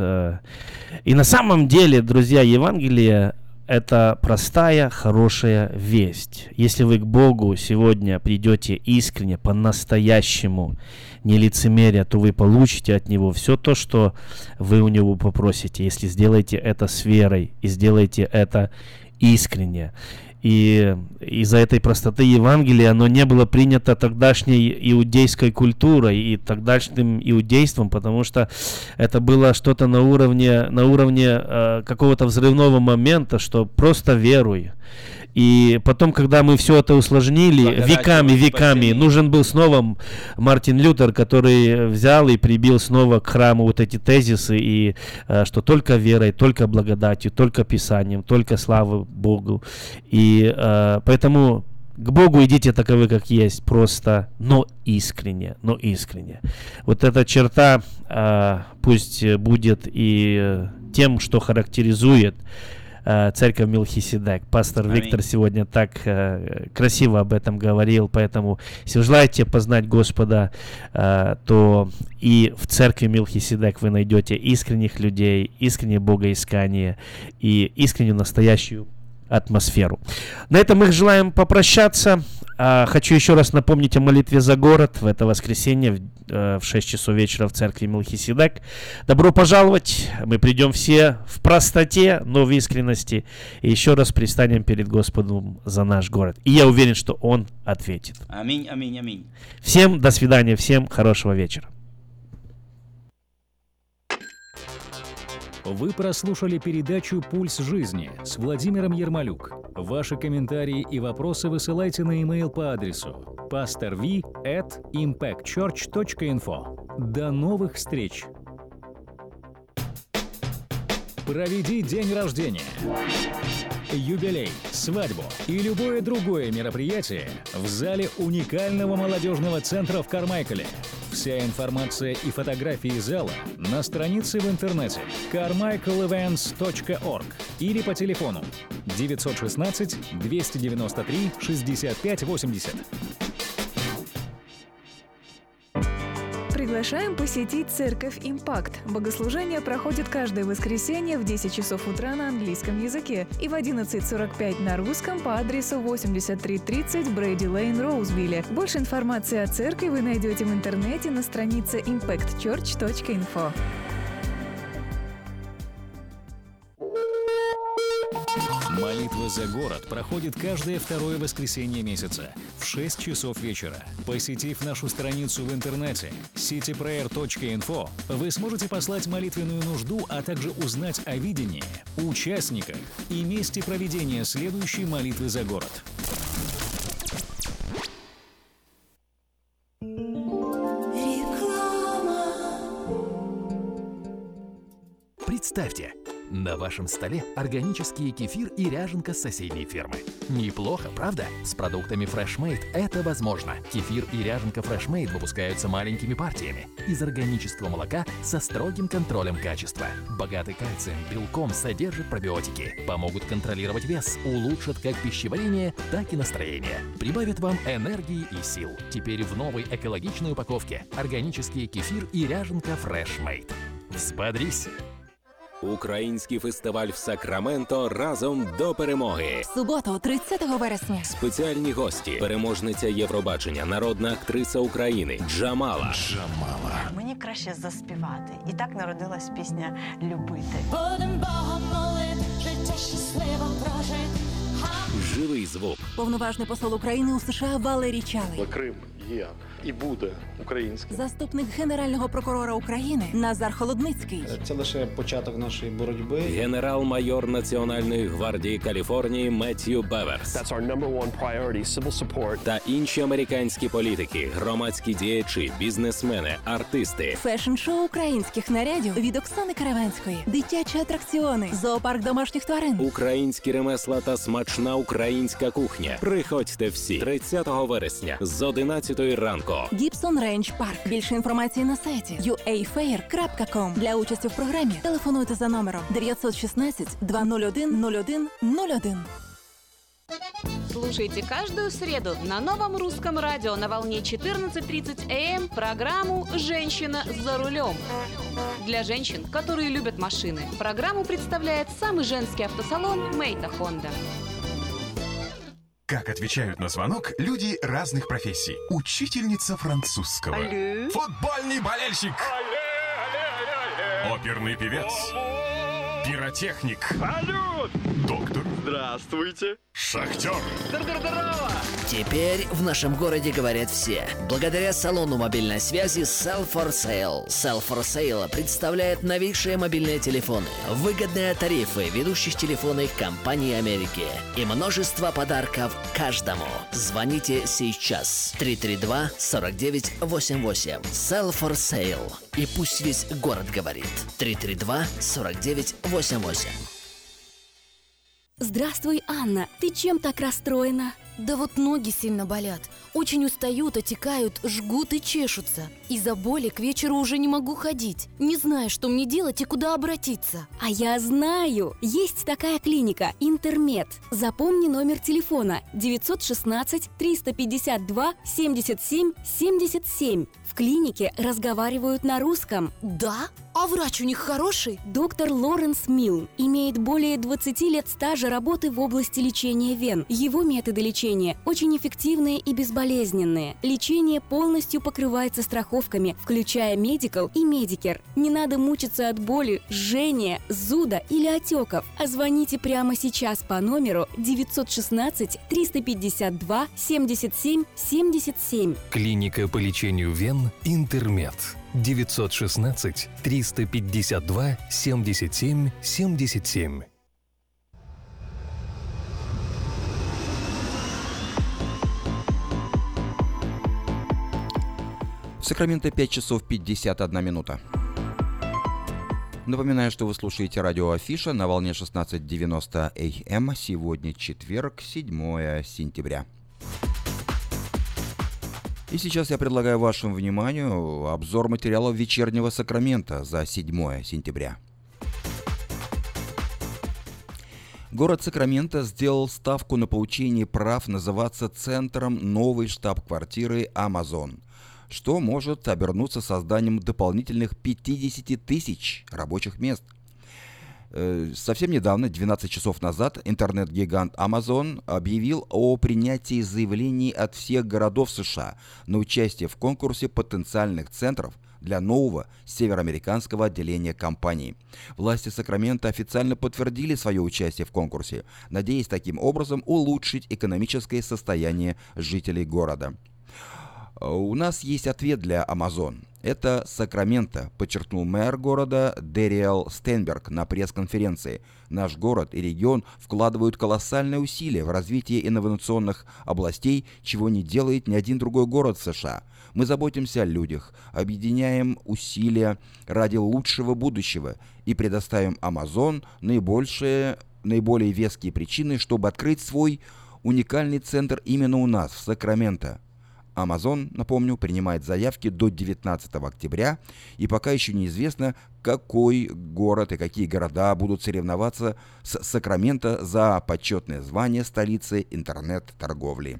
И на самом деле, друзья, Евангелие – это простая, хорошая весть. Если вы к Богу сегодня придете искренне, по-настоящему, не лицемеря, то вы получите от Него все то, что вы у Него попросите, если сделаете это с верой и сделаете это искренне. И из-за этой простоты Евангелия оно не было принято тогдашней иудейской культурой и тогдашним иудейством, потому что это было что-то на уровне какого-то взрывного момента, что просто веруй. И потом, когда мы все это усложнили, веками, нужен был снова Мартин Лютер, который взял и прибил снова к храму вот эти тезисы, и что только верой, только благодатью, только Писанием, только слава Богу. И поэтому к Богу идите таковы, как есть, просто, но искренне. Вот эта черта пусть будет и тем, что характеризует церковь Мелхиседек. Пастор Аминь. Виктор сегодня так красиво об этом говорил, поэтому если вы желаете познать Господа, то и в церкви Мелхиседек вы найдете искренних людей, искреннее богоискание и искреннюю настоящую атмосферу. На этом мы желаем попрощаться. Хочу еще раз напомнить о молитве за город в это воскресенье в 6 часов вечера в церкви Мелхиседек. Добро пожаловать! Мы придем все в простоте, но в искренности. И еще раз предстанем перед Господом за наш город. И я уверен, что Он ответит. Аминь, аминь, аминь. Всем до свидания, всем хорошего вечера. Вы прослушали передачу «Пульс жизни» с Владимиром Ермолюк. Ваши комментарии и вопросы высылайте на e-mail по адресу pastorv@impactchurch.info. До новых встреч! Проведи день рождения, юбилей, свадьбу и любое другое мероприятие в зале уникального молодежного центра в Кармайкале. Вся информация и фотографии зала на странице в интернете carmichaelevents.org или по телефону 916 293 65 80. Приглашаем посетить церковь «Импакт». Богослужение проходит каждое воскресенье в 10 часов утра на английском языке и в 11:45 на русском по адресу 8330 Брейди Лейн, Роузвилле. Больше информации о церкви вы найдете в интернете на странице impactchurch.info. Молитва за город проходит каждое второе воскресенье месяца в 6 часов вечера. Посетив нашу страницу в интернете cityprayer.info, вы сможете послать молитвенную нужду, а также узнать о видении, участниках и месте проведения следующей молитвы за город. Представьте, на вашем столе органический кефир и ряженка с соседней фермы. Неплохо, правда? С продуктами FreshMade это возможно. Кефир и ряженка FreshMade выпускаются маленькими партиями из органического молока со строгим контролем качества. Богатый кальцием, белком, содержит пробиотики, помогут контролировать вес, улучшат как пищеварение, так и настроение. Прибавят вам энергии и сил. Теперь в новой экологичной упаковке органический кефир і ряженка FreshMade. Взбодрись! Український фестиваль в Сакраменто разом до перемоги. В суботу, 30 вересня. Спеціальні гості, переможниця Євробачення, народна актриса України Джамала. Мені краще заспівати. І так народилась пісня «Любити». Будем Богом молити, життя щасливо прожити. Живий звук. Повноважний посол України у США Валерій Чалий. Крим є і буде українським. Заступник Генерального прокурора України Назар Холодницький. Це лише початок нашої боротьби. Генерал-майор Національної гвардії Каліфорнії Меттью Беверс. That's our number one priority, civil support. Та інші американські політики, громадські діячі, бізнесмени, артисти. Фешн-шоу українських нарядів від Оксани Каравенської. Дитячі атракціони, зоопарк домашніх тварин. Українські ремесла та смачна українська кухня. Приходьте всі 30 вересня з 11 ранку. Гібсон Рейндж Парк. Більше інформації на сайті uafair.com. Для участі в програмі телефонуйте за номером 916 201 01 01. Слушайте каждую среду на новом русском радио на волне 14:30 АМ программу «Женщина за рулем». Для женщин, которые любят машины, программу представляет самый женский автосалон «Мейта Хонда». Как отвечают на звонок люди разных профессий. Учительница французского. Алле. Футбольный болельщик. Оперный певец. Пиротехник. Салют! Доктор. Здравствуйте. Шахтер. Здорово! Теперь в нашем городе говорят все. Благодаря салону мобильной связи Sell for Sale. Sell for Sale представляет новейшие мобильные телефоны, выгодные тарифы ведущих телефонных компаний Америки и множество подарков каждому. Звоните сейчас. 332-4988. Sell for Sale. И пусть весь город говорит. 332-4988. Здравствуй, Анна. Ты чем так расстроена? Да вот ноги сильно болят. Очень устают, отекают, жгут и чешутся. Из-за боли к вечеру уже не могу ходить. Не знаю, что мне делать и куда обратиться. А я знаю! Есть такая клиника «Интермед». Запомни номер телефона 916-352-77-77. В клинике разговаривают на русском. Да? А врач у них хороший? Доктор Лоренс Милн имеет более 20 лет стажа работы в области лечения вен. Его методы лечения очень эффективные и безболезненные. Лечение полностью покрывается страховками, включая Medical и Medicare. Не надо мучиться от боли, жжения, зуда или отеков. А звоните прямо сейчас по номеру 916-352-77-77. Клиника по лечению вен «Интермед». 916-352-77-77. В Сакраменто 5 часов 51 минута. Напоминаю, что вы слушаете радио Афиша на волне 16:90 АМ. Сегодня четверг, 7 сентября. И сейчас я предлагаю вашему вниманию обзор материалов вечернего Сакрамента за 7 сентября. Город Сакраменто сделал ставку на получение прав называться центром новой штаб-квартиры Amazon. что может обернуться созданием дополнительных 50 тысяч рабочих мест. Совсем недавно, 12 часов назад, интернет-гигант Amazon объявил о принятии заявлений от всех городов США на участие в конкурсе потенциальных центров для нового североамериканского отделения компании. Власти Сакрамента официально подтвердили свое участие в конкурсе, надеясь таким образом улучшить экономическое состояние жителей города. У нас есть ответ для Amazon. Это Сакраменто, подчеркнул мэр города Дэриэл Стенберг на пресс-конференции. Наш город и регион вкладывают колоссальные усилия в развитие инновационных областей, чего не делает ни один другой город в США. Мы заботимся о людях, объединяем усилия ради лучшего будущего и предоставим Amazon наиболее веские причины, чтобы открыть свой уникальный центр именно у нас, в Сакраменто. Amazon, напомню, принимает заявки до 19 октября, и пока еще неизвестно, какой город и какие города будут соревноваться с Сакраменто за почетное звание столицы интернет-торговли.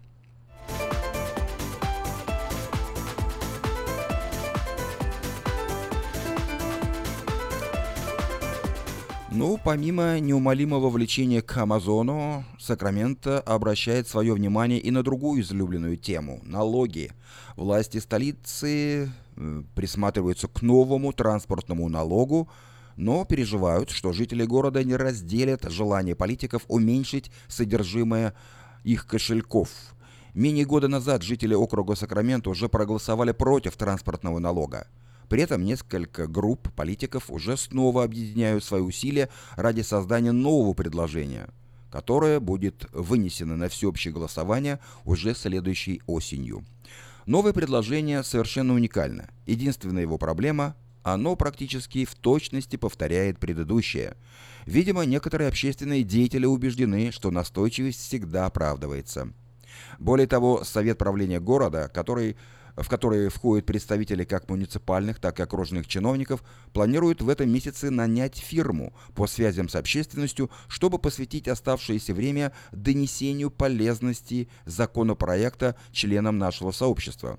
Помимо неумолимого влечения к Амазону, Сакраменто обращает свое внимание и на другую излюбленную тему – налоги. Власти столицы присматриваются к новому транспортному налогу, но переживают, что жители города не разделят желание политиков уменьшить содержимое их кошельков. Менее года назад жители округа Сакраменто уже проголосовали против транспортного налога. При этом несколько групп политиков уже снова объединяют свои усилия ради создания нового предложения, которое будет вынесено на всеобщее голосование уже следующей осенью. Новое предложение совершенно уникально. Единственная его проблема – оно практически в точности повторяет предыдущее. Видимо, некоторые общественные деятели убеждены, что настойчивость всегда оправдывается. Более того, Совет правления города, в который входят представители как муниципальных, так и окружных чиновников, планирует в этом месяце нанять фирму по связям с общественностью, чтобы посвятить оставшееся время донесению полезности законопроекта членам нашего сообщества.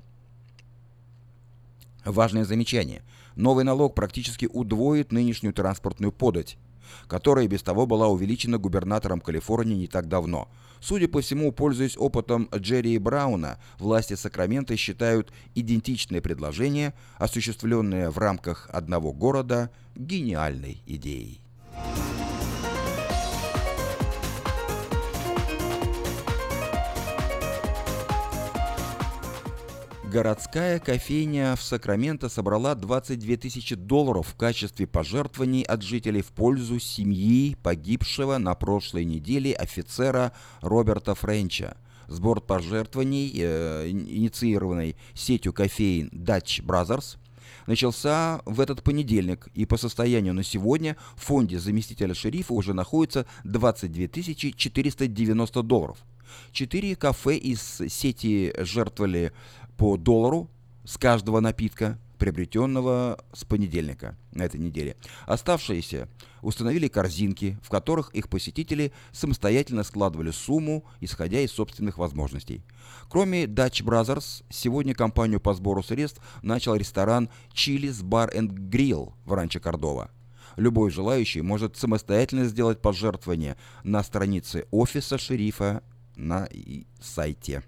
Важное замечание. Новый налог практически удвоит нынешнюю транспортную подать, которая без того была увеличена губернатором Калифорнии не так давно. Судя по всему, пользуясь опытом Джерри Брауна, власти Сакраменто считают идентичное предложение, осуществленное в рамках одного города, гениальной идеей. Городская кофейня в Сакраменто собрала $22 тысячи в качестве пожертвований от жителей в пользу семьи погибшего на прошлой неделе офицера Роберта Френча. Сбор пожертвований, инициированный сетью кофеин Dutch Brothers, начался в этот понедельник, и по состоянию на сегодня в фонде заместителя шерифа уже находится $22 490. 4 кафе из сети жертвовали по $1 с каждого напитка, приобретенного с понедельника на этой неделе. Оставшиеся установили корзинки, в которых их посетители самостоятельно складывали сумму, исходя из собственных возможностей. Кроме Dutch Brothers, сегодня кампанию по сбору средств начал ресторан Chili's Bar and Grill в Ранчо Кордова. Любой желающий может самостоятельно сделать пожертвование на странице офиса шерифа на сайте.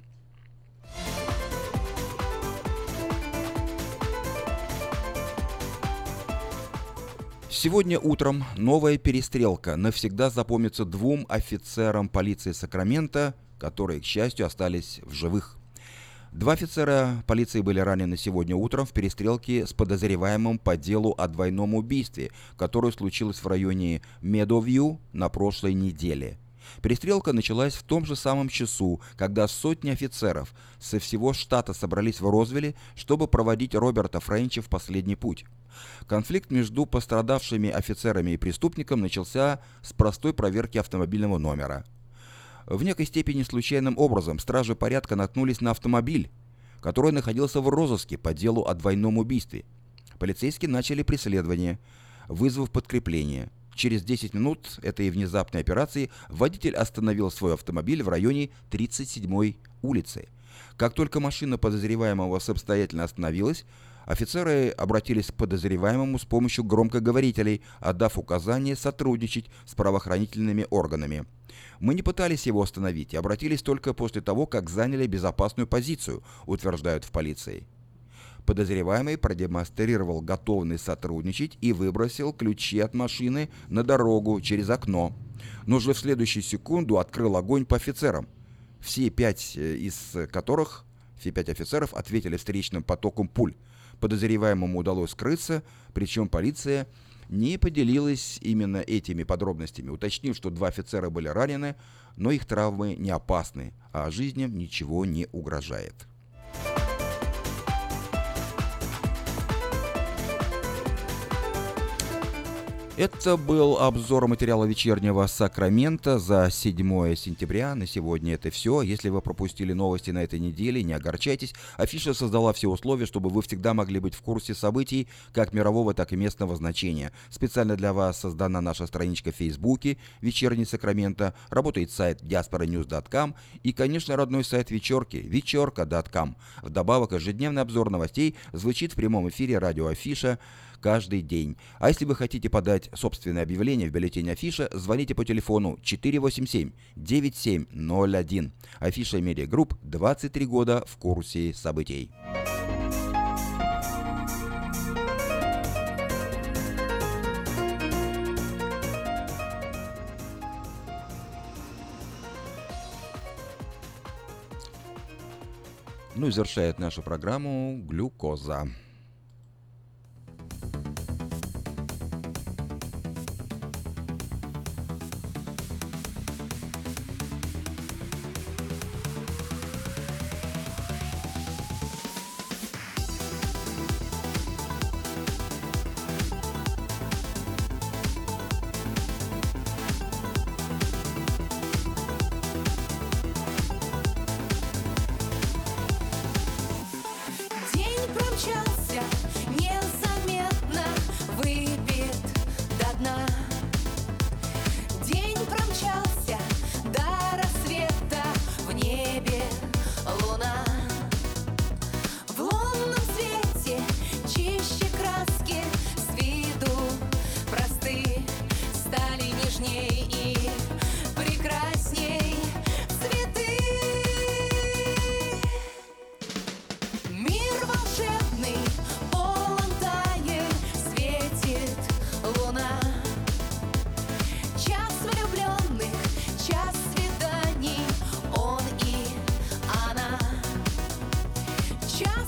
Сегодня утром новая перестрелка навсегда запомнится 2 офицерам полиции Сакраменто, которые, к счастью, остались в живых. 2 офицера полиции были ранены сегодня утром в перестрелке с подозреваемым по делу о двойном убийстве, которое случилось в районе Медовью на прошлой неделе. Перестрелка началась в том же самом часу, когда сотни офицеров со всего штата собрались в Розвилле, чтобы проводить Роберта Френча в последний путь. Конфликт между пострадавшими офицерами и преступником начался с простой проверки автомобильного номера. В некой степени случайным образом стражи порядка наткнулись на автомобиль, который находился в розыске по делу о двойном убийстве. Полицейские начали преследование, вызвав подкрепление. Через 10 минут этой внезапной операции водитель остановил свой автомобиль в районе 37-й улицы. Как только машина подозреваемого самостоятельно остановилась, офицеры обратились к подозреваемому с помощью громкоговорителей, отдав указание сотрудничать с правоохранительными органами. Мы не пытались его остановить и обратились только после того, как заняли безопасную позицию, утверждают в полиции. Подозреваемый продемонстрировал готовность сотрудничать и выбросил ключи от машины на дорогу через окно, но уже в следующую секунду открыл огонь по офицерам, все пять офицеров ответили встречным потоком пуль. Подозреваемому удалось скрыться, причем полиция не поделилась именно этими подробностями, уточнив, что 2 офицера были ранены, но их травмы не опасны, а жизням ничего не угрожает. Это был обзор материала вечернего Сакрамента за 7 сентября. На сегодня это все. Если вы пропустили новости на этой неделе, не огорчайтесь. Афиша создала все условия, чтобы вы всегда могли быть в курсе событий как мирового, так и местного значения. Специально для вас создана наша страничка в Фейсбуке «Вечерний Сакраменто», работает сайт diasporanews.com и, конечно, родной сайт вечерки вечерка.com. Вдобавок, ежедневный обзор новостей звучит в прямом эфире радио Афиша каждый день. А если вы хотите подать собственное объявление в бюллетень Афиша, звоните по телефону 487-9701. Афиша Медиа Групп, 23 года в курсе событий. Ну и завершает нашу программу «Глюкоза». День промчался незаметно, выпит до дна. День промчался до рассвета, в небе луна. В лунном свете чище краски, с виду просты, стали нежней и прекрасней цветы. Мир волшебный, полон тайн, светит луна. Час влюбленных, час свиданий, он и она. Час